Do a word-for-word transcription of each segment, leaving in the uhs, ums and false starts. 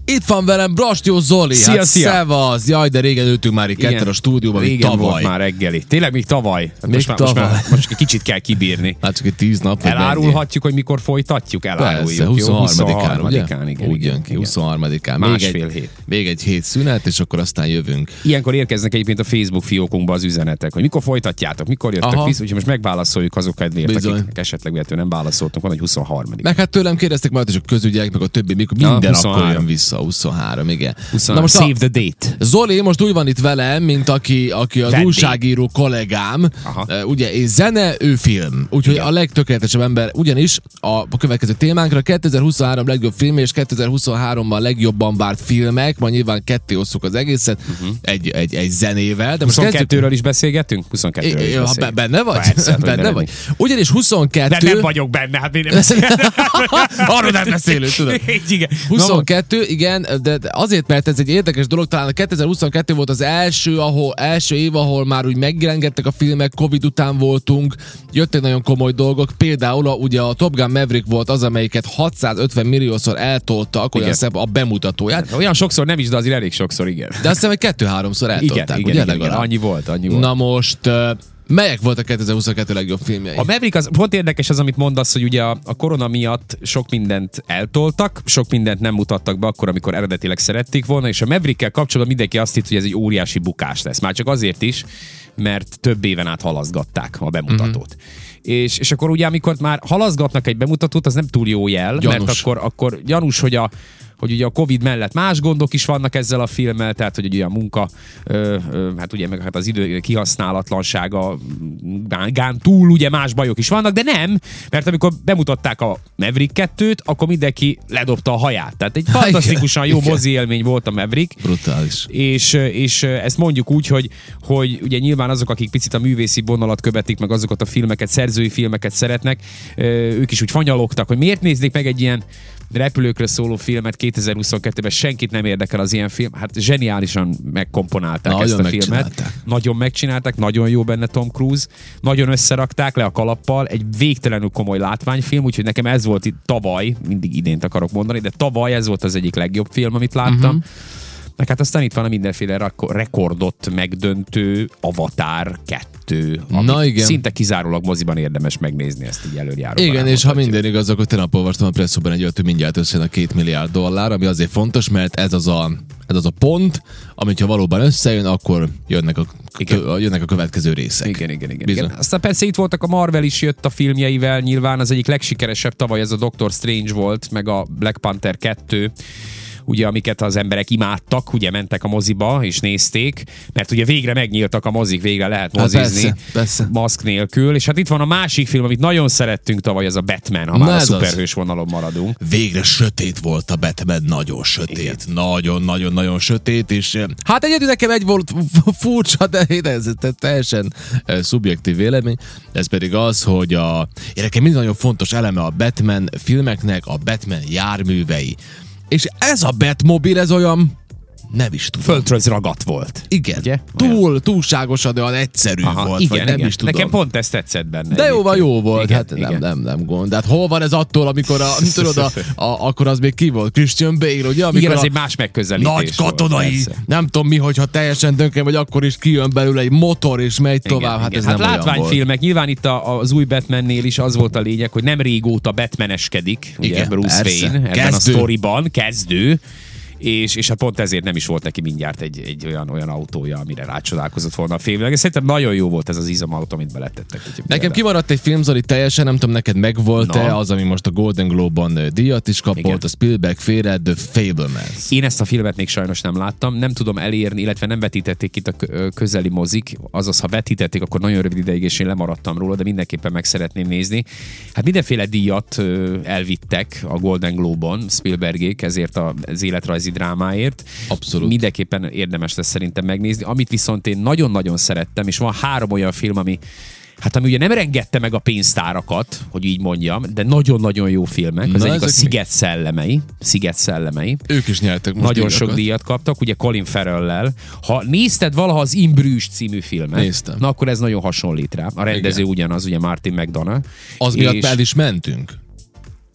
Itt van velem Brastyó Zoli. Szia, hát szia. Szevasz. Jaj, de régen ültünk már itt ketten a stúdióban, mint régen tavaly. volt már reggeli. Tényleg még tavaly. Hát Még most, már, tavaly. most már most egy kicsit kell kibírni. Hát csak egy tíz nap. vagy Elárulhatjuk, hogy mikor folytatjuk? Eláruljuk. Persze, jó? huszonharmadikán, ugye? huszonharmadikán, igen, Úgy jön igen, ki, igen. huszonharmadikán. Még Másfél egy, hét. még egy hét szünet, és akkor aztán jövünk. Ilyenkor érkeznek egyébként a Facebook fiókunkba az üzenetek, hogy mikor folytatjátok, mikor jöttek Aha. vissza, úgyhogy most megválaszoljuk azok kedvéért, Bizony. akiknek esetleg véletlenül nem válaszoltunk, van egy huszonharmadik. Meg hát tőlem kérdeztek majd, és a közügyek, meg a többi, mikor Ja, minden akkor huszonhárom. jön vissza, huszonhárom, igen. huszonhárom. most Save a- the date. Zoli most úgy van itt velem, mint aki, aki az Vendég. újságíró kollégám. Aha. Uh, ugye, és zene, ő film. Úgyhogy Igen. a legtökéletesebb ember, ugyanis a, a következő témánkra kétezer-huszonhárom legjobb film és kétezer-huszonháromban legjobban várt filmek, majd nyilván ketté osszuk az egészet uh-huh. egy, egy, egy zenével. De most huszonkettőről is beszélgetünk? huszonkettőről is É, ha beszélünk. be- benne vagy? Persze, hát, hogy benne ne vagy? lennék. Ugyanis huszonkettő... De nem vagyok benne, hát még nem beszélünk. Arról nem beszélünk, tudod. Igen. huszonkettő, igen, de de azért, mert ez egy érdekes dolog, talán a kétezer-huszonkettő volt az első, ahol, első év, ahol már úgy megjelengettek a filmek, Covid után voltunk, jöttek nagyon komoly dolgok, például a, ugye a Top Gun Maverick volt az, amelyiket hatszázötven milliószor eltoltak, olyan Igen. szebb a bemutatóját, Olyan sokszor nem is, de azért elég sokszor, igen. de azt hiszem, hogy kettő-háromszor eltolták, Igen, ugye igen, igen, igen, legalább. annyi volt, annyi volt. Na most, uh, melyek voltak kétezer-huszonkettő legjobb filmjei? A Maverick az pont érdekes az, amit mondasz, hogy ugye a, a korona miatt sok mindent eltoltak, sok mindent nem mutattak be akkor, amikor eredetileg szerették volna, és a Maverickkel kapcsolatban mindenki azt hitt, hogy ez egy óriási bukás lesz. Már csak azért is, mert több éven át halaszgatták a bemutatót. Mm-hmm. És, és akkor ugye, amikor már halaszgatnak egy bemutatót, az nem túl jó jel, Gyanús. mert akkor, akkor gyanús, hogy a hogy ugye a Covid mellett más gondok is vannak ezzel a filmmel, tehát hogy ugye a munka, ö, ö, hát ugye meg hát az idő kihasználatlansága gán, gán túl ugye más bajok is vannak, de nem, mert amikor bemutatták a Maverick kettőt, akkor mindenki ledobta a haját. Tehát egy fantasztikusan jó Igen. mozi élmény volt a Maverick. Brutális. És, és ezt mondjuk úgy, hogy, hogy ugye nyilván azok, akik picit a művészi vonalat követik, meg azokat a filmeket, szerzői filmeket szeretnek, ők is úgy fanyalogtak, hogy miért néznék meg egy ilyen repülőkről szóló filmet kétezer-huszonkettőben, senkit nem érdekel az ilyen film. Hát zseniálisan megkomponálták Nagyon ezt a megcsinálták. filmet. Nagyon megcsinálták, nagyon jó benne Tom Cruise, nagyon összerakták le a kalappal, egy végtelenül komoly látványfilm, úgyhogy nekem ez volt itt tavaly, mindig idént akarok mondani, de tavaly ez volt az egyik legjobb film, amit láttam. Uh-huh. Meg hát aztán itt van a mindenféle rako- rekordot megdöntő Avatar kettő, Na igen. szinte kizárólag moziban érdemes megnézni ezt így előjáróban. Igen, és ha elmondhatjuk. minden igaz, akkor tegnap olvastam a presszóban egy olyat, hogy mindjárt összejön a két milliárd dollár, ami azért fontos, mert ez az a, ez az a pont, amit ha valóban összejön, akkor jönnek a, kö, jönnek a következő részek. Igen, igen, igen, Bizony. igen. Aztán persze itt voltak a Marvel is jött a filmjeivel, nyilván az egyik legsikeresebb tavaly ez a Doctor Strange volt, meg a Black Panther kettő, ugye, amiket az emberek imádtak, ugye mentek a moziba és nézték, mert ugye végre megnyíltak a mozik, végre lehet Hát mozizni persze, persze. maszk nélkül, és hát itt van a másik film, amit nagyon szerettünk tavaly, az a Batman, ha Na már a ez az. szuperhős vonalon maradunk. Végre sötét volt a Batman, nagyon sötét. Nagyon-nagyon-nagyon sötét, és eh, hát egyedül nekem egy volt f- furcsa, de ez, ez teljesen eh, szubjektív vélemény. Ez pedig az, hogy a, én nekem mind nagyon fontos eleme a Batman filmeknek a Batman járművei. És ez a Batmobil, ez olyan, nem is tudom. Földröz ragadt volt. Igen, Ugye? túl, túlságosan olyan egyszerű Aha, volt, igen, vagy nem igen. is tudom. Nekem pont ezt tetszett benne. De jó, van, jó volt, Igen, hát nem, igen. nem, nem gond. De hát hol van ez attól, amikor a, tudod, a, a, akkor az még ki volt? Christian Bale, ugye? Amikor Igen, az a egy más megközelítés nagy volt, katonai, persze. nem tudom mi, hogyha teljesen tönkre vagy, akkor is kijön belőle egy motor, és megy tovább. Igen, Hát igen. ez hát nem olyan volt. látványfilmek, nyilván itt a, az új Batmannél is az volt a lényeg, hogy nem régóta Batmaneskedik, ugye, Igen, Bruce persze. Wayne ebben Kezdő. a sztoriban, kezdő, és, és hát pont ezért nem is volt neki mindjárt egy, egy olyan, olyan autója, amire rácsodálkozott volna a film. Szerintem nagyon jó volt ez az izamautó, amit beletettek. Nekem kimaradt egy film, Zoli, teljesen, nem tudom, neked megvolt-e Na. az, ami most a Golden Globe-on eh, díjat is kapott, Igen. a Spielberg féle The Fablemans. Én ezt a filmet még sajnos nem láttam, nem tudom elérni, illetve nem vetítették itt a kö- közeli mozik, azaz ha vetítették, akkor nagyon rövid ideig, és én lemaradtam róla, de mindenképpen meg szeretném nézni. Hát mindenféle díjat ö, elvittek a Golden Globe-on Spielbergék, ezért az életrajzi drámáért. Abszolút. Mindenképpen érdemes lesz szerintem megnézni. Amit viszont én nagyon-nagyon szerettem, és van három olyan film, ami hát ami ugye nem rengette meg a pénztárakat, hogy így mondjam, de nagyon-nagyon jó filmek. Az Na, egyik a ezek Sziget szellemei. Sziget szellemei. Ők is nyertek most Nagyon díjakat. sok díjat kaptak, ugye Colin Farrell-lel. Ha nézted valaha az In Bruges című filmet, Néztem. na akkor ez nagyon hasonlít rá. A rendező Igen. ugyanaz, ugye Martin McDonagh. Az és miatt el is mentünk.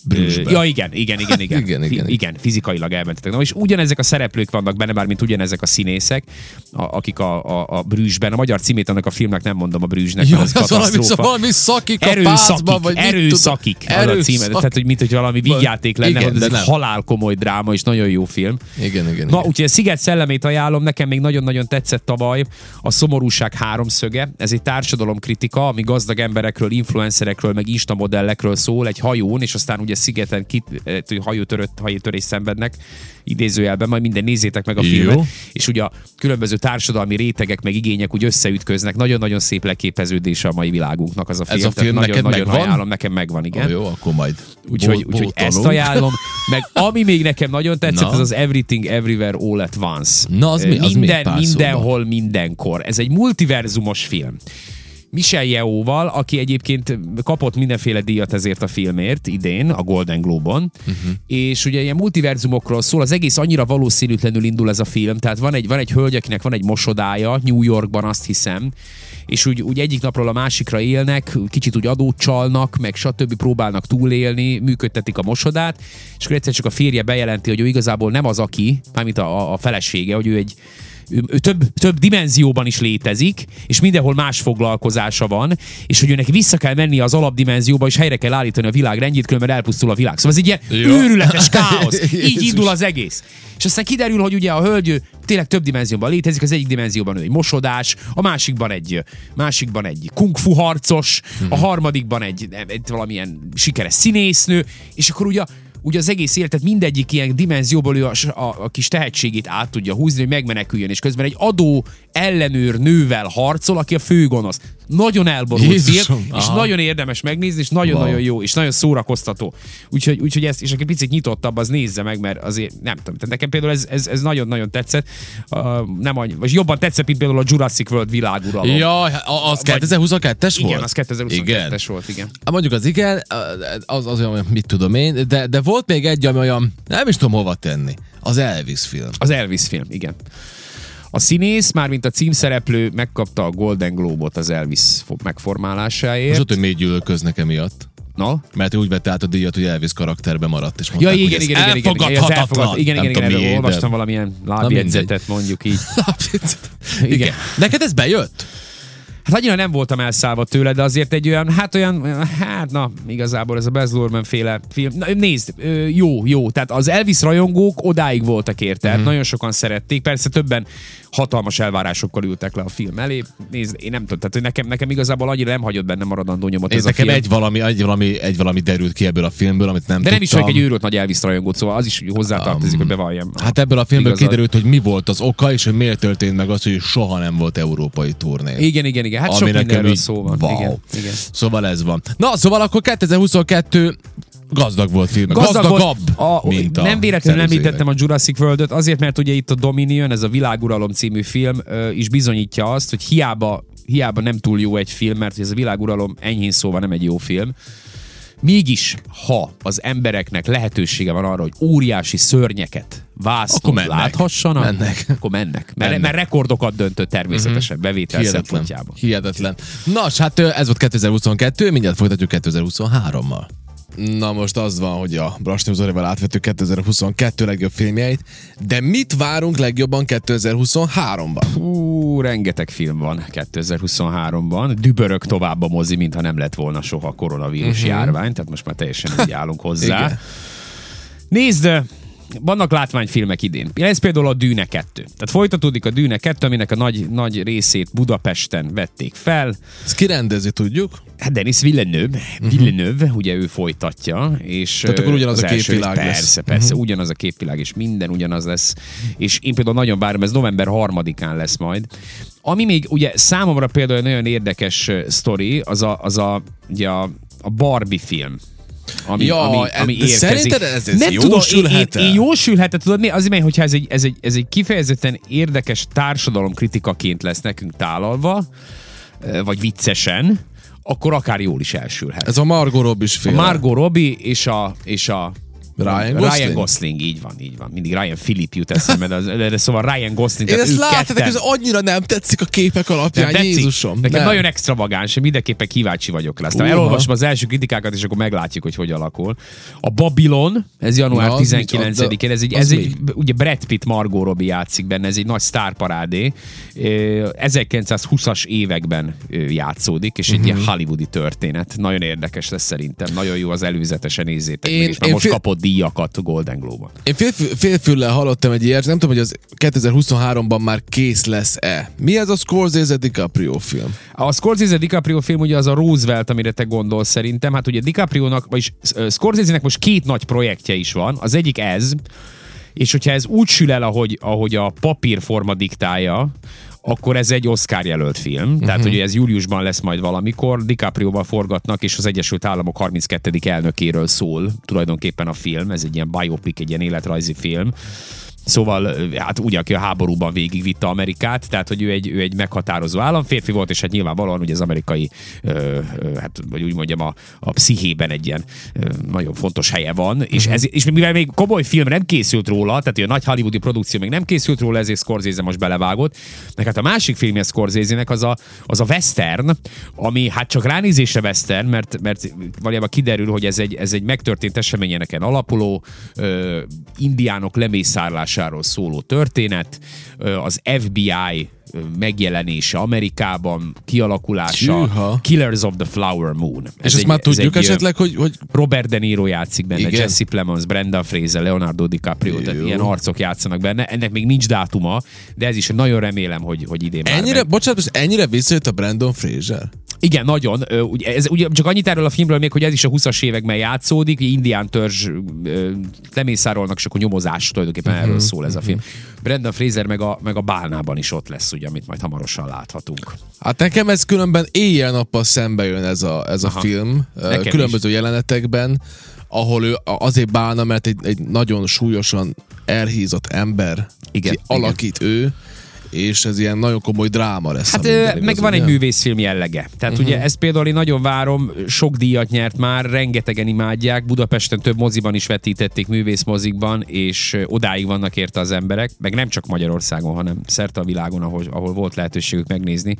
Brüsszbe. Ja, igen, igen, igen, igen. igen, igen, Fi- igen, fizikailag elmentetek. Na, és ugyanezek a szereplők vannak benne, bár mint ugyanezek a színészek, a, akik a, a, a Brüsszben, a magyar címét annak a filmnek nem mondom a Brüssznek, Ja, az az valami, katasztrófa. valami szakik a Erőszakik, pácba, vagy erőszakik az a címe. Tehát, hogy mint hogy valami vígjáték lenne, igen, hogy ez de egy nem. halál komoly dráma, és nagyon jó film. Igen, igen, Na, igen. úgyhogy a Sziget szellemét ajánlom, nekem még nagyon-nagyon tetszett tavaly a Szomorúság háromszöge. Ez egy társadalomkritika, ami gazdag emberekről, influencerekről, meg instamodellekről szól egy hajón, és aztán ugye szigeten kit, hajótörött, hajótörés szenvednek, idézőjelben, majd minden nézzétek meg a filmet. Jó. És ugye a különböző társadalmi rétegek, meg igények úgy összeütköznek. Nagyon-nagyon szép leképeződése a mai világunknak az a film. Ez a film Tehát neked nagyon, nagyon megvan? ajánlom, nekem megvan, igen. Oh, jó, akkor majd Úgyhogy, bó- úgyhogy ezt bótolunk. ajánlom. Meg ami még nekem nagyon tetszett, Na. az az Everything Everywhere All at Once. Na, az mi- az Minden, mi? Pár mindenhol, mindenkor. Ez egy multiverzumos film. Michelle Yeoh-val, aki egyébként kapott mindenféle díjat ezért a filmért idén, a Golden Globe-on, uh-huh. és ugye ilyen multiverzumokról szól, az egész annyira valószínűtlenül indul ez a film, tehát van egy, van egy hölgy, akinek van egy mosodája, New Yorkban azt hiszem, és úgy, úgy egyik napról a másikra élnek, kicsit úgy adót csalnak, meg stb. Próbálnak túlélni, működtetik a mosodát, és akkor egyszer csak a férje bejelenti, hogy ő igazából nem az aki, mármint a, a felesége, hogy ő egy ő, ő több, több dimenzióban is létezik, és mindenhol más foglalkozása van, és hogy őnek vissza kell menni az alapdimenzióba, és helyre kell állítani a világ rendjét, különben elpusztul a világ. Szóval ez egy ilyen Jó. őrületes káosz. Így Jézus. indul az egész. És aztán kiderül, hogy ugye a hölgy ő tényleg több dimenzióban létezik, az egyik dimenzióban ő egy mosodás, a másikban egy, másikban egy kung-fu harcos, a harmadikban egy, egy valamilyen sikeres színésznő, és akkor ugye ugye az egész életet mindegyik ilyen dimenzióból ő a, a, a kis tehetségét át tudja húzni, hogy megmeneküljön, és közben egy adó ellenőr nővel harcol, aki a főgonosz. Nagyon elborult Jézusom, film, és aha. nagyon érdemes megnézni, és nagyon-nagyon Wow. jó, és nagyon szórakoztató. Úgyhogy, úgyhogy ezt, és aki picit nyitottabb, az nézze meg, mert azért nem tudom. Tehát nekem például ez, ez, ez nagyon-nagyon tetszett. Uh, nem annyi, vagy jobban tetszett, mint például a Jurassic World világuralom. Jaj, az kétezer-huszonkettes volt? Igen, az kétezer-huszonkettes volt, igen. Hát mondjuk az igen, az, az olyan, mit tudom én, de, de volt még egy, ami olyan, nem is tudom hova tenni. Az Elvis film. Az Elvis film, igen. A színész, mármint a címszereplő megkapta a Golden Globe-ot az Elvis megformálásáért. Most ott, hogy miért gyűlölköznek emiatt. Na? Mert ő úgy vette át a díjat, hogy Elvis karakterben maradt, és mondták, Ja, igen, hogy igen, ez igen, igen, igen, ez elfogadhatatlan. elfogadhatatlan. Igen, igen, Nem igen, tudom erről miért, de- olvastam valamilyen lábjegyzetet, mondjuk így. igen. Igen. Neked ez bejött? Hát annyira nem voltam elszállva tőle, de azért egy olyan, hát olyan, hát na, igazából ez a Baz Luhrmann féle film. Na, nézd, ö, jó, jó. Tehát az Elvis rajongók odáig voltak érte. Mm. Nagyon sokan szerették. Persze többen hatalmas elvárásokkal ültek le a film elé. Nézd, én nem tudom, tehát hogy nekem, nekem igazából annyira nem hagyott benne maradandó nyomot ez Ez a nekem film. egy valami, egy, valami, egy valami derült ki ebből a filmből, amit nem De nem is tudtam. vagyok egy őrült nagy Elvis rajongót, szóval az is hozzátartozik, Um, hogy bevalljam. Hát ebből a filmből igazat. kiderült, hogy mi volt az oka, és hogy miért történt meg az, hogy soha nem volt európai turné. Igen, igen, igen. Hát Ami sok nekem mindenről így, szó van. wow. Igen, igen. Szóval ez van. Na, szóval akkor kétezer-huszonkettő gazdag volt film. Gazdag Gazdagabb, volt. A, mint a nem véletlenül előző említettem évek. a Jurassic World-öt, azért, mert ugye itt a Dominion, ez a Világuralom című film ö, is bizonyítja azt, hogy hiába, hiába nem túl jó egy film, mert ez a Világuralom enyhén szóval nem egy jó film. Mégis, ha az embereknek lehetősége van arra, hogy óriási szörnyeket, vásznon láthassanak, mennek. akkor mennek. Mert, Mennek. mert rekordokat döntött természetesen mm-hmm. bevétel Hihetetlen. szempontjából. Hihetetlen. Nos, hát ez volt kétezer-huszonkettő, mindjárt folytatjuk kétezer-huszonhárommal. Na most az van, hogy a Brass News-val átvettük kétezer-huszonkettő legjobb filmjeit, de mit várunk legjobban kétezer-huszonháromban? Hú, rengeteg film van kétezer-huszonháromban. Dübörög tovább a mozi, mintha nem lett volna soha koronavírus uh-huh. járvány, tehát most már teljesen úgy állunk hozzá. Igen. Nézd, vannak látványfilmek idén. Ez például a Dűne kettő. Tehát folytatódik a Dűne kettő, aminek a nagy, nagy részét Budapesten vették fel. Ezt kirendezi, tudjuk? Hát Denis Villeneuve, Villeneuve uh-huh. ugye ő folytatja, és tehát akkor ugyanaz az a első- képvilág lesz. Persze, persze, uh-huh. ugyanaz a képvilág, és minden ugyanaz lesz. És én például nagyon várom, ez november harmadikán lesz majd. Ami még ugye számomra például egy nagyon érdekes uh, sztori, az a, az a, ugye a, a Barbie film. Ami, Ja, ami, ami de szerinted ez- ez nem jósülhet-e? tudom, én, én, én jósülhet-e, tudod mi? Azért, mert hogyha ez egy, ez, egy, ez egy kifejezetten érdekes társadalomkritikaként lesz nekünk tálalva, eh, vagy viccesen, akkor akár jól is elsülhet. Ez a Margot Robbie A film. Margot Robbie és a, és a Ryan Gosling? Ryan Gosling, így van, így van. Mindig Ryan Phillip jut eszembe, de, az, de szóval Ryan Gosling. Én ezt látom, ez annyira nem tetszik a képek alapján, nem Jézusom. Nekem nem. nagyon extravagáns, én mindenképpen kíváncsi vagyok rá. Aztán uh-huh. elolvasom az első kritikákat, és akkor meglátjuk, hogy hogy alakul. A Babylon, ez január tizenkilencedikén, ez egy, ez egy ugye Brad Pitt, Margot Robbie játszik benne, ez egy nagy sztárparádé. ezerkilencszázhúszas években játszódik, és egy uh-huh. ilyen hollywoodi történet. Nagyon érdekes lesz szerintem. Nagyon jó, az előzetesen nézzétek én, meg, és már most fél... kapott díjakat Golden Globe-on. Én félfüllel fél hallottam egy ilyet, nem tudom, hogy az kétezer-huszonháromban már kész lesz-e. Mi ez a Scorsese DiCaprio film? A Scorsese DiCaprio film ugye az a Roosevelt, amire te gondolsz szerintem. Hát ugye DiCaprionak, vagyis Scorsese-nek most két nagy projektje is van. Az egyik ez, és hogyha ez úgy sül el, ahogy, ahogy a papírforma diktálja, akkor ez egy Oscar jelölt film. Uh-huh. Tehát, hogy ez júliusban lesz majd valamikor. DiCaprioval forgatnak, és az Egyesült Államok harminckettedik elnökéről szól tulajdonképpen a film. Ez egy ilyen biopic, egy ilyen életrajzi film. Szóval, hát úgy, aki a háborúban végigvitte Amerikát, tehát, hogy ő egy, ő egy meghatározó államférfi volt, és hát nyilvánvalóan ugye az amerikai, ö, ö, hát, vagy úgy mondjam, a, a pszichében egy ilyen ö, nagyon fontos helye van, uh-huh. és, ez, és mivel még komoly film nem készült róla, tehát a nagy hollywoodi produkció még nem készült róla, ezért Scorsese most belevágott. Meg hát a másik filmje Scorsese-nek az a, az a western, ami hát csak ránézésre western, mert, mert valójában kiderül, hogy ez egy, ez egy megtörtént eseményeken alapuló ö, indiánok lemészárlása szóló történet, az ef bé i megjelenése Amerikában, kialakulása, Hűha. Killers of the Flower Moon. És ez ezt egy, már tudjuk egy, esetleg, hogy, hogy... Robert De Niro játszik benne, igen. Jesse Plemons, Brendan Fraser, Leonardo DiCaprio, Jó. tehát ilyen arcok játszanak benne. Ennek még nincs dátuma, de ez is nagyon remélem, hogy, hogy idén már ennyire, meg. Bocsánat, ennyire visszajött a Brendan Fraser? Igen, nagyon. Ez, ugye, csak annyit erről a filmről még, hogy ez is a húszas években játszódik, indián törzs lemészárolnak, és akkor nyomozás tulajdonképpen uh-huh, erről szól ez uh-huh. a film. Brendan Fraser meg a, meg a Bálnában is ott lesz, ugye, amit majd hamarosan láthatunk. Hát nekem ez különben éjjel-nappal szembe jön ez a, ez a film, nekem különböző is. Jelenetekben, ahol ő azért bálna, mert egy, egy nagyon súlyosan elhízott ember igen, alakít igen. ő, és ez ilyen nagyon komoly dráma lesz. Hát meg igaz, van ugye? Egy művészfilm jellege. Tehát uh-huh. ugye ezt például én nagyon várom, sok díjat nyert már, rengetegen imádják, Budapesten több moziban is vetítették, művészmozikban, és odáig vannak érte az emberek, meg nem csak Magyarországon, hanem szerte a világon, ahol, ahol volt lehetőségük megnézni.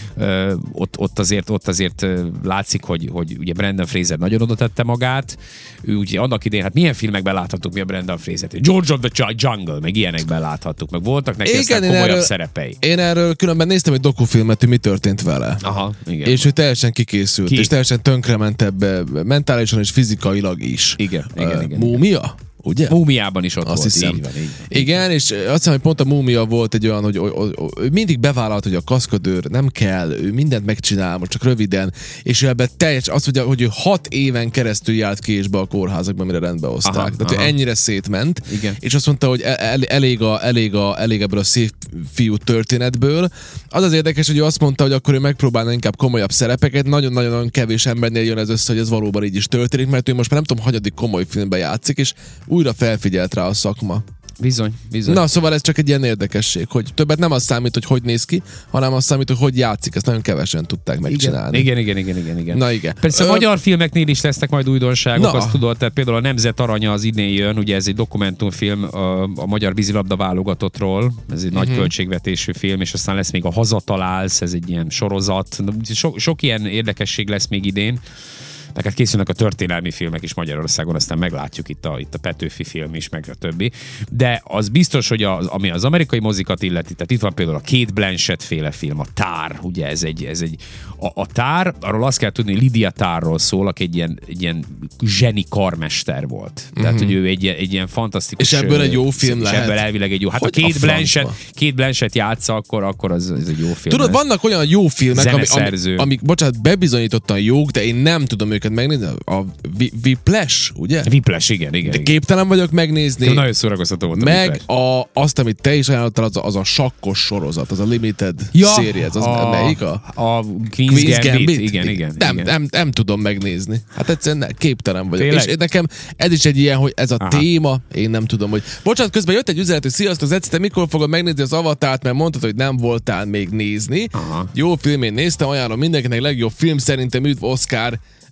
Ö, ott, ott, azért, ott azért látszik, hogy, hogy ugye Brendan Fraser nagyon oda tette magát. Ő ugye annak idején, hát milyen filmekben láthattuk mi a Brendan Fraser-t? George of the Jungle, meg ilyenekben láthattuk, meg voltak neki aztán komolyabb erről... szerepei. Én erről különben néztem egy dokufilmet, hogy mi történt vele. Aha, igen. És ő teljesen kikészült, Ki? és teljesen tönkrement ebbe mentálisan és fizikailag is. Igen, igen, uh, igen. Múmia? Igen. Ugye? Múmiában is ott azt volt. Hiszem. Így van, így van. Igen, és azt hiszem, hogy pont a Múmia volt egy olyan, hogy ő mindig bevállalt, hogy a kaszkadőr nem kell, ő mindent megcsinál, most csak röviden, és ő ebben teljes, azt mondja, hogy ő hat éven keresztül járt késbe a kórházakban, mire rendbe hozták. Aha, Tehát aha. ő ennyire szétment, igen. és azt mondta, hogy el, elég, a, elég, a, elég ebből a szép fiú történetből. Az az érdekes, hogy ő azt mondta, hogy akkor ő megpróbálna inkább komolyabb szerepeket, nagyon-nagyon kevés embernél jön ez össze, hogy ez valóban így is történik, mert ő most már nem tudom, hanyadik komoly filmben játszik, és újra felfigyelt rá a szakma. Bizony, bizony. Na, szóval ez csak egy ilyen érdekesség, hogy többet nem az számít, hogy hogy néz ki, hanem az számít, hogy hogy játszik. Ezt nagyon kevesen tudták megcsinálni. Igen, igen, igen, igen, igen. Na igen. Persze Ö... a magyar filmeknél is lesznek majd újdonságok, Na. azt tudod, tehát például a Nemzet Aranya az idén jön, ugye ez egy dokumentumfilm a, a magyar vízilabda válogatottról, ez egy uh-huh. nagy költségvetésű film, és aztán lesz még a Hazatalálsz, ez egy ilyen sorozat. So, sok ilyen érdekesség lesz még idén. Neked készülnek a történelmi filmek is Magyarországon, aztán meglátjuk itt a, itt a Petőfi film is, meg a többi. De az biztos, hogy az, ami az amerikai mozikat illeti, tehát itt van például a Kate Blanchett féle film, a Tár, ugye ez egy, ez egy a, a Tár, arról azt kell tudni, hogy Lydia Tárról szól, aki egy ilyen, egy ilyen zseni karmester volt. Mm-hmm. Tehát, hogy ő egy, egy ilyen fantasztikus... És ebből egy jó film és lehet. ebből elvileg egy jó. Hát hogy a Kate Blanchett, Kate Blanchett játsza, akkor, akkor az, az egy jó film. Tudod, lesz. Vannak olyan jó filmek, amik, amik, amik, bocsánat, bebizonyítottan jók, de én nem tudom őket megnézni. A Whiplash, ugye? Whiplash, igen, igen. De képtelen vagyok megnézni. De nagyon szórakoztató volt a Meg a, azt, amit te is ajánlottál, az, az a sakkos sorozat, az a Limited ja, series. Az a, melyik a? A Queen's, Queen's Gambit. Gambit? Igen, igen. Nem, igen. Nem, nem tudom megnézni. Hát egyszerűen képtelen vagyok. Tényleg? És nekem ez is egy ilyen, hogy ez a Aha. téma, én nem tudom, hogy... Bocsánat, közben jött egy üzenet, hogy sziasztok, Zeci, te mikor fogod megnézni az Avatárt, mert mondtad, hogy nem voltál még nézni. Aha. Jó film, én néztem, ajánlom mindenkinek, legjobb film szerintem, üdv Oscar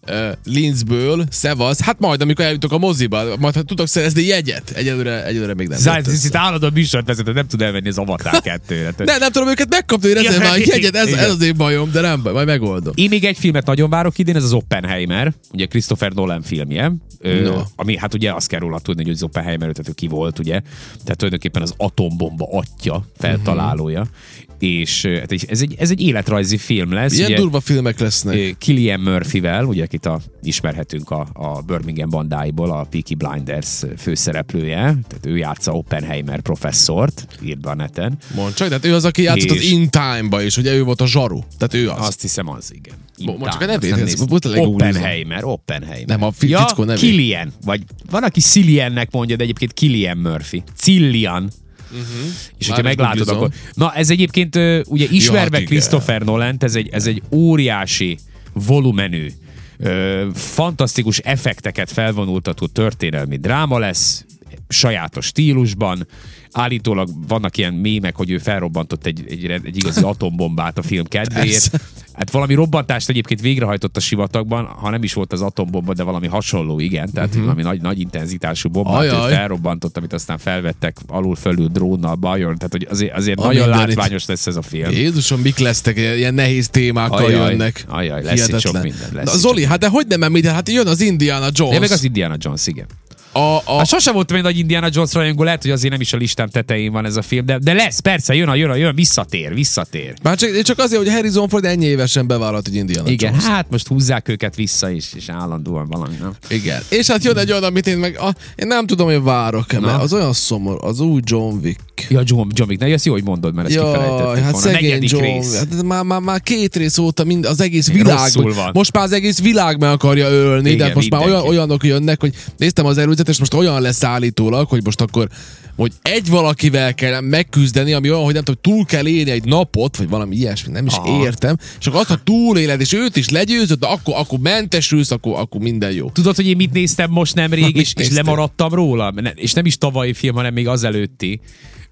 uh, Linzből, szevasz, hát majd, amikor eljutok a moziba, majd ha tudok szerezni jegyet. Egyelőre, egyelőre még nem. Zájt, itt állandóan műsorvezető, nem tud elvenni az Avatar kettőre. Ne, nem tudom őket megkapni, hogy ezzel már jegyet, ez, ez az én bajom, de nem baj, majd megoldom. Én még egy filmet nagyon várok idén, ez az Oppenheimer, ugye Christopher Nolan filmje, no. ö, ami hát ugye azt kell róla tudni, hogy az Oppenheimer, tehát ő ki volt, ugye, tehát tulajdonképpen az atombomba atya, feltalálója, uh-huh. és hát ez egy, ez egy életrajzi film lesz. Ilyen ugye, durva filmek lesznek. Cillian Murphyvel, ugye akit a, ismerhetünk a, a Birmingham bandáiból, a Peaky Blinders főszereplője, tehát ő játsza Oppenheimer professzort, írt be a neten. Mondd csak, tehát ő az, aki játszott és... az In Time-ba, és ugye ő volt a zsaru. Tehát ő az. Azt hiszem az, igen. Mondd csak a nevét, ez Oppenheimer, Oppenheimer. Nem, a fi- ja, fickó nevét. Cillian, vagy van, aki Cilliannek mondja, de egyébként Cillian Murphy. Cillian. Uh-huh. És hogyha meglátod, akkor... Na, ez egyébként uh, ugye ismerve ja, Christopher Nolant, ez egy, ez egy óriási volumenű, uh, fantasztikus effekteket felvonultató történelmi dráma lesz, sajátos stílusban. Állítólag vannak ilyen mémek, hogy ő felrobbantott egy, egy, egy igazi atombombát a film kedvéért. Hát valami robbantást egyébként végrehajtott a sivatagban, ha nem is volt az atombomba, de valami hasonló, igen. Tehát uh-huh. valami nagy, nagy intenzitású bombát ő felrobbantott, amit aztán felvettek alul-fölül drónnal, bajon. Tehát hogy azért, azért nagyon látványos lesz ez a film. Jézusom, mik lesznek, ilyen nehéz témákkal ajaj, jönnek. Ajaj, lesz itt sok minden. Lesz Na, Zoli, hát de hogy nem említed? Hát jön az Indiana Jones. De meg az Indiana Jones, igen. A, a... Hát sosem voltam egy nagy Indiana Jones rajongó, lehet, hogy azért nem is a listám tetején van ez a film, de, de lesz, persze, jön, a, jön, a, jön, visszatér, visszatér. Már csak, csak azért, hogy Harrison Ford ennyi évesen bevállalt, hogy Indiana igen, Jones. hát most húzzák őket vissza is, és állandóan valami, nem? Igen. És hát jön egy olyan, amit én meg, a, én nem tudom, hogy várok-e, mert az olyan szomorú, az új John Wick. Ja, John, John Wick, ne, ezt jó, hogy mondod, mert ezt ja, kifelejtették hát volna. szegény John, rész. hát már, már, már két rész óta mind, az egész világ, van. Most már az egész világ meg akarja ölni, igen, de most mindenki. Már olyan, olyanok jönnek, hogy néztem az előzetet, és most olyan lesz állítólag, hogy most akkor hogy egy valakivel kell megküzdeni, ami olyan, hogy nem tudom, túl kell élni egy napot, vagy valami ilyesmi, nem is aha. értem, és akkor azt, ha túléled, és őt is legyőzöd, akkor, akkor mentesülsz, akkor, akkor minden jó. Tudod, hogy én mit néztem most nemrég, és, és lemaradtam róla? És nem is tavalyi film, hanem még azelőtti.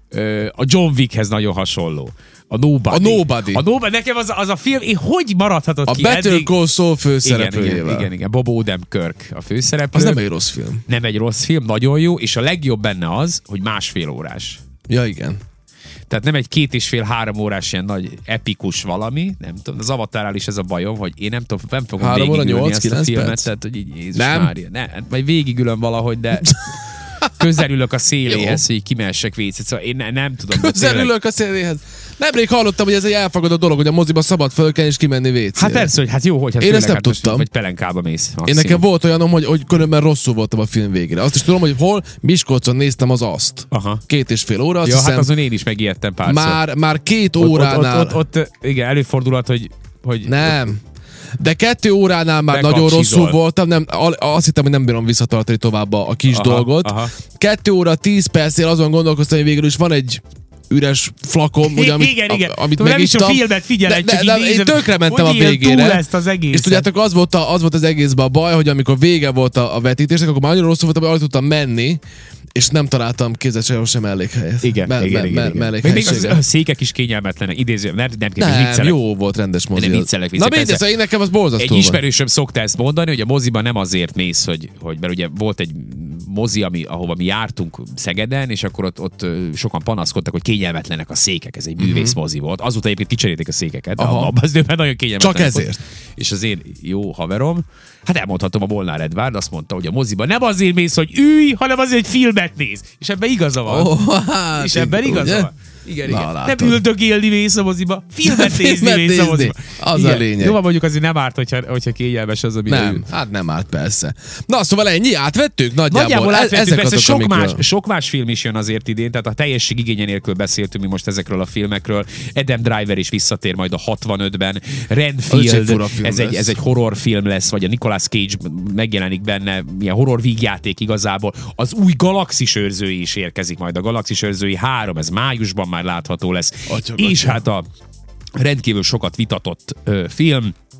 A John Wickhez nagyon hasonló. A Nobody. A Nobody. A Nobody. Nekem az, az a film, én hogy maradhatott a ki A Better eddig? Call Saul főszereplőjével. Igen, igen, igen. Bob Odenkirk a főszereplő. Az nem egy rossz film. Nem egy rossz film, nagyon jó, és a legjobb benne az, hogy másfél órás. Ja, igen. Tehát nem egy két és fél, három órás ilyen nagy epikus valami, nem tudom, az Avatarral is ez a bajom, hogy én nem tudom, nem fogom végigülni ezt a filmet, perc? Tehát, hogy így Jézus nem. Mária. Ne, majd végigülöm valahogy, de közelülök a széléhez, hogy kimehessek vécét, szóval én ne, nem tudom. Közelülök a széléhez. Nemrég hallottam, hogy ez egy elfogadott dolog, hogy a moziba szabad fölkelni és kimenni vécére. Hát persze, hogy hát jó, hogy hát én ezt nem hát tudtam. Vagy pelenkába mész. Maximum. Én nekem volt olyanom, hogy, hogy különben rosszul voltam a film végére. Azt is tudom, hogy hol Miskolcon néztem az Azt. Aha. Két és fél óra. Azt ja, hiszem, hát azon én is megijedtem párszor. Már, már két óránál. Ott, ott, ott, ott igen, előfordulhat, hogy... hogy nem. Ott, de kettő óránál már nagyon rosszul voltam, nem, azt hittem, hogy nem bírom visszatartani tovább a, a kis aha, dolgot. Aha. Kettő óra, tíz percél azon gondolkoztam, hogy végül is van egy üres flakom, ugye, amit, igen, igen. A, amit tudom, nem is a filmet figyelek, csak de, így de, én tökre mentem a végére. Ezt az és tudjátok, az volt, a, az volt az egészben a baj, hogy amikor vége volt a, a vetítésnek, akkor már annyira rosszul voltam, hogy alig tudtam menni, és nem találtam kézzel sem mellékhelyet. Igen, me, igen, me, igen, me, igen. Még az, a székek is kényelmetlenek, idéző, nem, nem, nem, nem jó volt rendes mozi. Nem viccelek, Na mindegy, én nekem az borzasztó. Egy ismerősöm szokta ezt mondani, hogy a moziban nem azért mész, hogy, hogy mert ugye volt egy mozi, ami, ahova mi jártunk Szegeden, és akkor ott, ott sokan panaszkodtak, hogy kényelmetlenek a székek, ez egy művész mozi volt. Azóta egyébként kicserélték a székeket, abban az időben nagyon kényelmetlenek. Csak ezért. Volt. És az én jó haverom, hát elmondhatom, a Molnár Edvárd azt mondta, hogy a moziban nem azért mész, hogy ülj, hanem azért, hogy filmet néz. És ebben igaza van. Oh, hát és ebben igaza ugye? van. Igen, na, igen. látod. Nem üldögélni mész a moziba, filmet nézni mész a moziba. Az igen. a lényeg. Jó, mondjuk azért nem árt, hogyha, hogyha kényelmes az, ami nem, hát nem árt, persze. Na, szóval ennyi, átvettük? Nagyjából, Nagyjából átvettük, ezek persze azok, sok, amikről... más, sok más film is jön azért idén, tehát a teljesség igénye nélkül beszéltünk mi most ezekről a filmekről. Adam Driver is visszatér majd a hatvanötben. Renfield, ez egy, ez egy horrorfilm lesz, vagy a Nicolas Cage megjelenik benne, milyen horror vígjáték igazából. Az új Galaxis őrzői is érkezik majd, a Galaxis őrzői három, ez májusban már látható lesz. Atya, és atya. Hát a rendkívül sokat vitatott ö, film,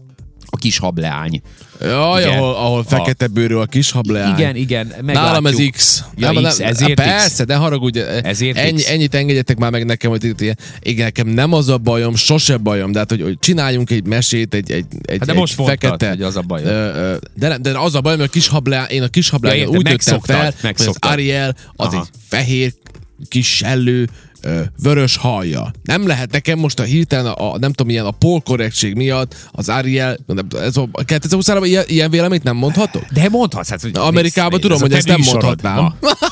A kis hableány. Jaj, ahol, ahol fekete bőrű a kis hableány. Igen, igen. Nálam ez X. Ja, nem, X, nem, ezért persze, X. de haragudj. Ezért ennyi, X. ennyit engedjetek már meg nekem, hogy itt ilyen. Igen, nekem nem az a bajom, sose bajom, de hát, hogy, hogy csináljunk egy mesét, egy, egy, egy, hát de egy most fekete. mondtad, hogy az a bajom. De, de, de az a bajom, hogy a kis hableány, én a kis hableány ja, úgy nőttem fel, hogy az Ariel, az Aha. egy fehér kis sellő, vörös hajja. Nem lehet nekem most a hirtelen a, a nem tudom, ilyen a polkorrektség miatt az Ariel, ez a kétezer-huszonháromban ilyen, ilyen véleményt nem mondhatok? De mondhatsz. Hát, hogy Amerikában tudom, hogy ezt nem mondhatnám.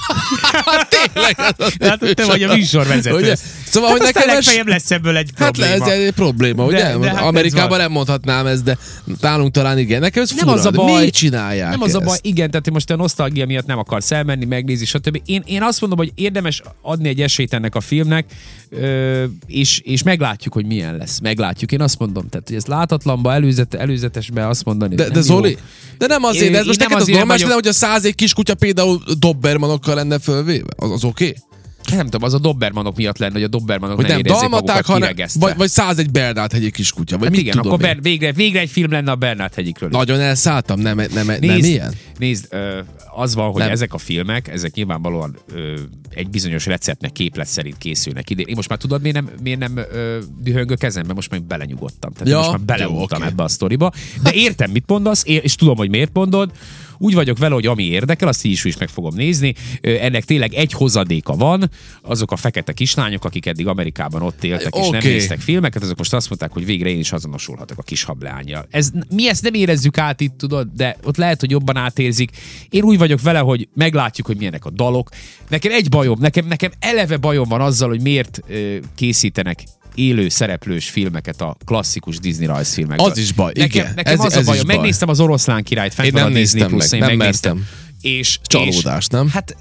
Tényleg. Hát te vagy a műsorvezető. Ugye? Szóval, hát hogy nekem legfeljebb lesz ebből egy hát probléma. Hát ez egy probléma, ugye? De, de hát Amerikában nem mondhatnám ezt, de nálunk talán igen. Nekem ez nem fura, az a baj, miért csinálják Nem az ezt? a baj, igen, tehát most a nosztalgia miatt nem akarsz elmenni, megnézni, stb. Én, én azt mondom, hogy érdemes adni egy esélyt ennek a filmnek, és, és meglátjuk, hogy milyen lesz. Meglátjuk. Én azt mondom, tehát, hogy ez látatlanba, előzet, előzetesbe azt mondani. De, de Zoli, jó. De nem azért, de ez most neked az normális, vagyok... hogy a százegy kiskutya például Dobermanokkal lenne fölvéve? Az, az oké? Okay? Nem tudom, az a Dobermanok miatt lenne, hogy a Dobermanok hogy ne nem érezzék dalmaták, magukat hanem, vagy, vagy százegy Bernát hegyi kiskutya, vagy hát mit igen, tudom akkor Ber, végre, végre egy film lenne a Bernát hegyikről. Nagyon elszálltam, nem, nem, nem, nézd, nem ilyen? Nézd, az van, hogy nem. ezek a filmek, ezek nyilvánvalóan egy bizonyos receptnek, képlet szerint készülnek ide. Én most már tudod, miért nem, miért nem ö, dühöngök kezembe? Most már belenyugodtam. Tehát ja, most már belenyugodtam okay. ebbe a sztoriba. De értem, mit mondasz, és tudom, hogy miért mondod. Úgy vagyok vele, hogy ami érdekel, azt is is meg fogom nézni. Ennek tényleg egy hozadéka van, azok a fekete kislányok, akik eddig Amerikában ott éltek, okay. és nem néztek filmeket, azok most azt mondták, hogy végre én is azonosulhatok a kis hableánnyal. Ez, mi ezt nem érezzük át itt, tudod, de ott lehet, hogy jobban átérzik. Én úgy vagyok vele, hogy meglátjuk, hogy milyenek a dalok. Nekem egy bajom, nekem, nekem eleve bajom van azzal, hogy miért ö, készítenek élő szereplős filmeket a klasszikus Disney rajzfilmekben. Az is baj, nekem, igen. Nekem ez, az a ez bajom. Megnéztem az Oroszlán királyt, fent van a Disney Plus, meg, én nem megnéztem. Mertem. És, Csalódás, és, nem? Hát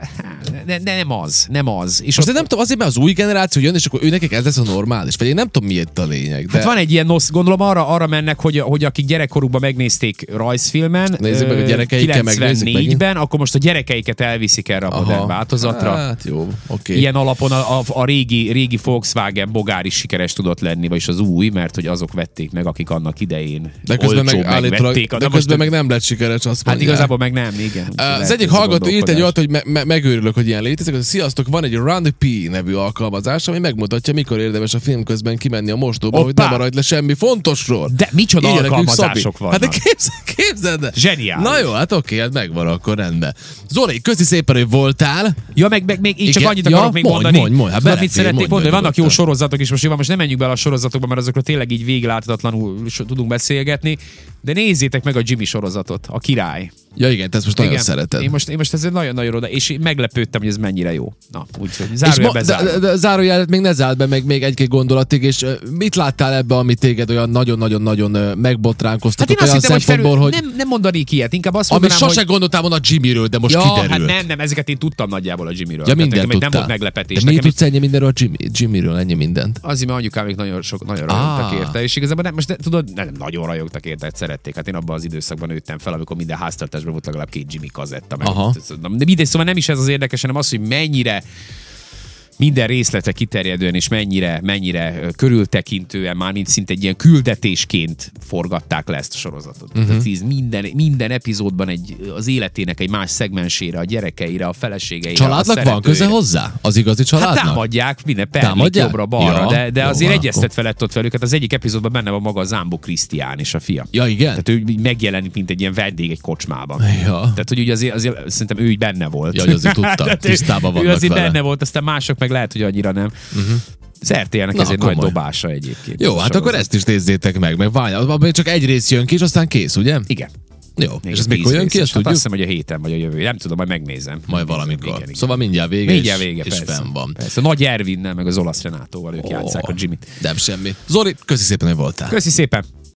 ne, ne, nem az, nem az. És most ott, nem tudom, azért, mert az új generáció jön, és akkor ő nekik ez lesz a normális. Vagy én nem tudom, miért a lényeg. De... Hát van egy ilyen nosz, gondolom arra, arra mennek, hogy, hogy akik gyerekkorukban megnézték rajzfilmen, nézzük meg a gyerekeikkel, kilencvennégyben, akkor most a gyerekeiket elviszik erre a modern változatra. Hát jó, oké. Okay. Ilyen alapon a, a, a régi, régi Volkswagen Bogár is sikeres tudott lenni, vagyis az új, mert hogy azok vették meg, akik annak idején de közben meg, megvették. De közben meg nem lett sikeres, azt hát igazából meg nem, igen. Az egyik hallgató írt egy olyat, hogy me- me- megőrülök, hogy ilyen létezik, hogy sziasztok, van egy Run P nevű alkalmazás, ami megmutatja, mikor érdemes a film közben kimenni a mosdóba, hogy nem maradj le semmi fontosról. De micsoda így alkalmazások vannak. Hát képzeld, képzeld el. Zseniális. Na jó, hát oké, hát megvan, akkor rendben. Zoli, köszi szépen, hogy voltál. Ja, meg, meg még így csak igen, annyit ja, akarok még mondj, mondani. Mondj, mondj, hát tudod, mit szeretnék mondani? Vannak jó nyugodtan. sorozatok is, most jó, most nem menjünk bele a sorozatokba, mert azokról tényleg így végláthatatlanul tudunk beszélgetni. De nézzétek meg a Jimmy sorozatot, a király. Ja igen, te ezt most igen. nagyon szereted. Én most, én most ezért nagyon-nagyon oda, és én meglepődtem, hogy ez mennyire jó. Na, úgyhogy zárójelbe zárom. De, de zárójelet még ne zárt be, meg még egy-két gondolatig, és uh, mit láttál ebbe, ami téged olyan nagyon-nagyon-nagyon uh, megbotránkoztatott, hát olyan hittem, szempontból, hogy... Nem, nem mondanék ilyet, inkább azt Amit mondanám, sose hogy... gondoltál volna a Jimmyről, de most ja, kiderült. hát nem, nem, ezeket én tudtam nagyjából a Jimmyről. Ja, mindent nem volt meglepetés. De miért tudsz ennyi mindenről a Jimmy, Jimmyről, ennyi mindent? Azért, mert anyukám még nagyon, sok, nagyon rajongtak ah. érte, és igazából nem, most de, tudod, nem, nagyon rajongtak érte, szerették. Hát én abban az időszakban nőttem fel, amikor minden háztartásban volt legalább két Jimmy kazetta. Meg. De mindegy, szóval nem is ez az érdekes, hanem az, hogy mennyire minden részlete kiterjedően, és mennyire, mennyire körültekintően, már mint szinte egy ilyen küldetésként forgatták le ezt a sorozatot. Uh-huh. Tehát minden, minden epizódban egy, az életének egy más szegmensére, a gyerekeire, a feleségeire. Családnak van köze hozzá? Az igazi családnak? Hát támadják, minden perlik jobbra-balra, ja, de, de jó, azért van, egyeztetve lett ott velük. Hát az egyik epizódban benne van maga a Zámbó Krisztián és a fia. Ja, igen? Tehát ő megjelenik, mint egy ilyen vendég egy kocsmában. Ja. Tehát, hogy ugye azért, azért szerintem ő így benne volt. Ja, hogy azért tudta, tisztában vannak ő azért vele. benne volt, aztán mások meg lehet, hogy annyira nem. Uh-huh. Az er té el-nek ez egy nagy dobása egyébként. Jó, hát akkor ezt is nézzétek meg, meg várj, abban csak egy rész jön ki, és aztán kész, ugye? Igen. Jó, még és ez mikor jön ki, ezt hát tudjuk? Azt hiszem, hogy a héten vagy a jövő. Nem tudom, majd megnézem. Majd valamikor. Igen, igen. Szóval mindjárt vége, mindjárt vége és, és persze, fenn van. Persze. Nagy Ervinnel, meg az olasz Renátóval ők oh, játsszák a Jimmyt. Nem semmi. Zoli, köszi szépen, hogy voltál. Köszi szépen.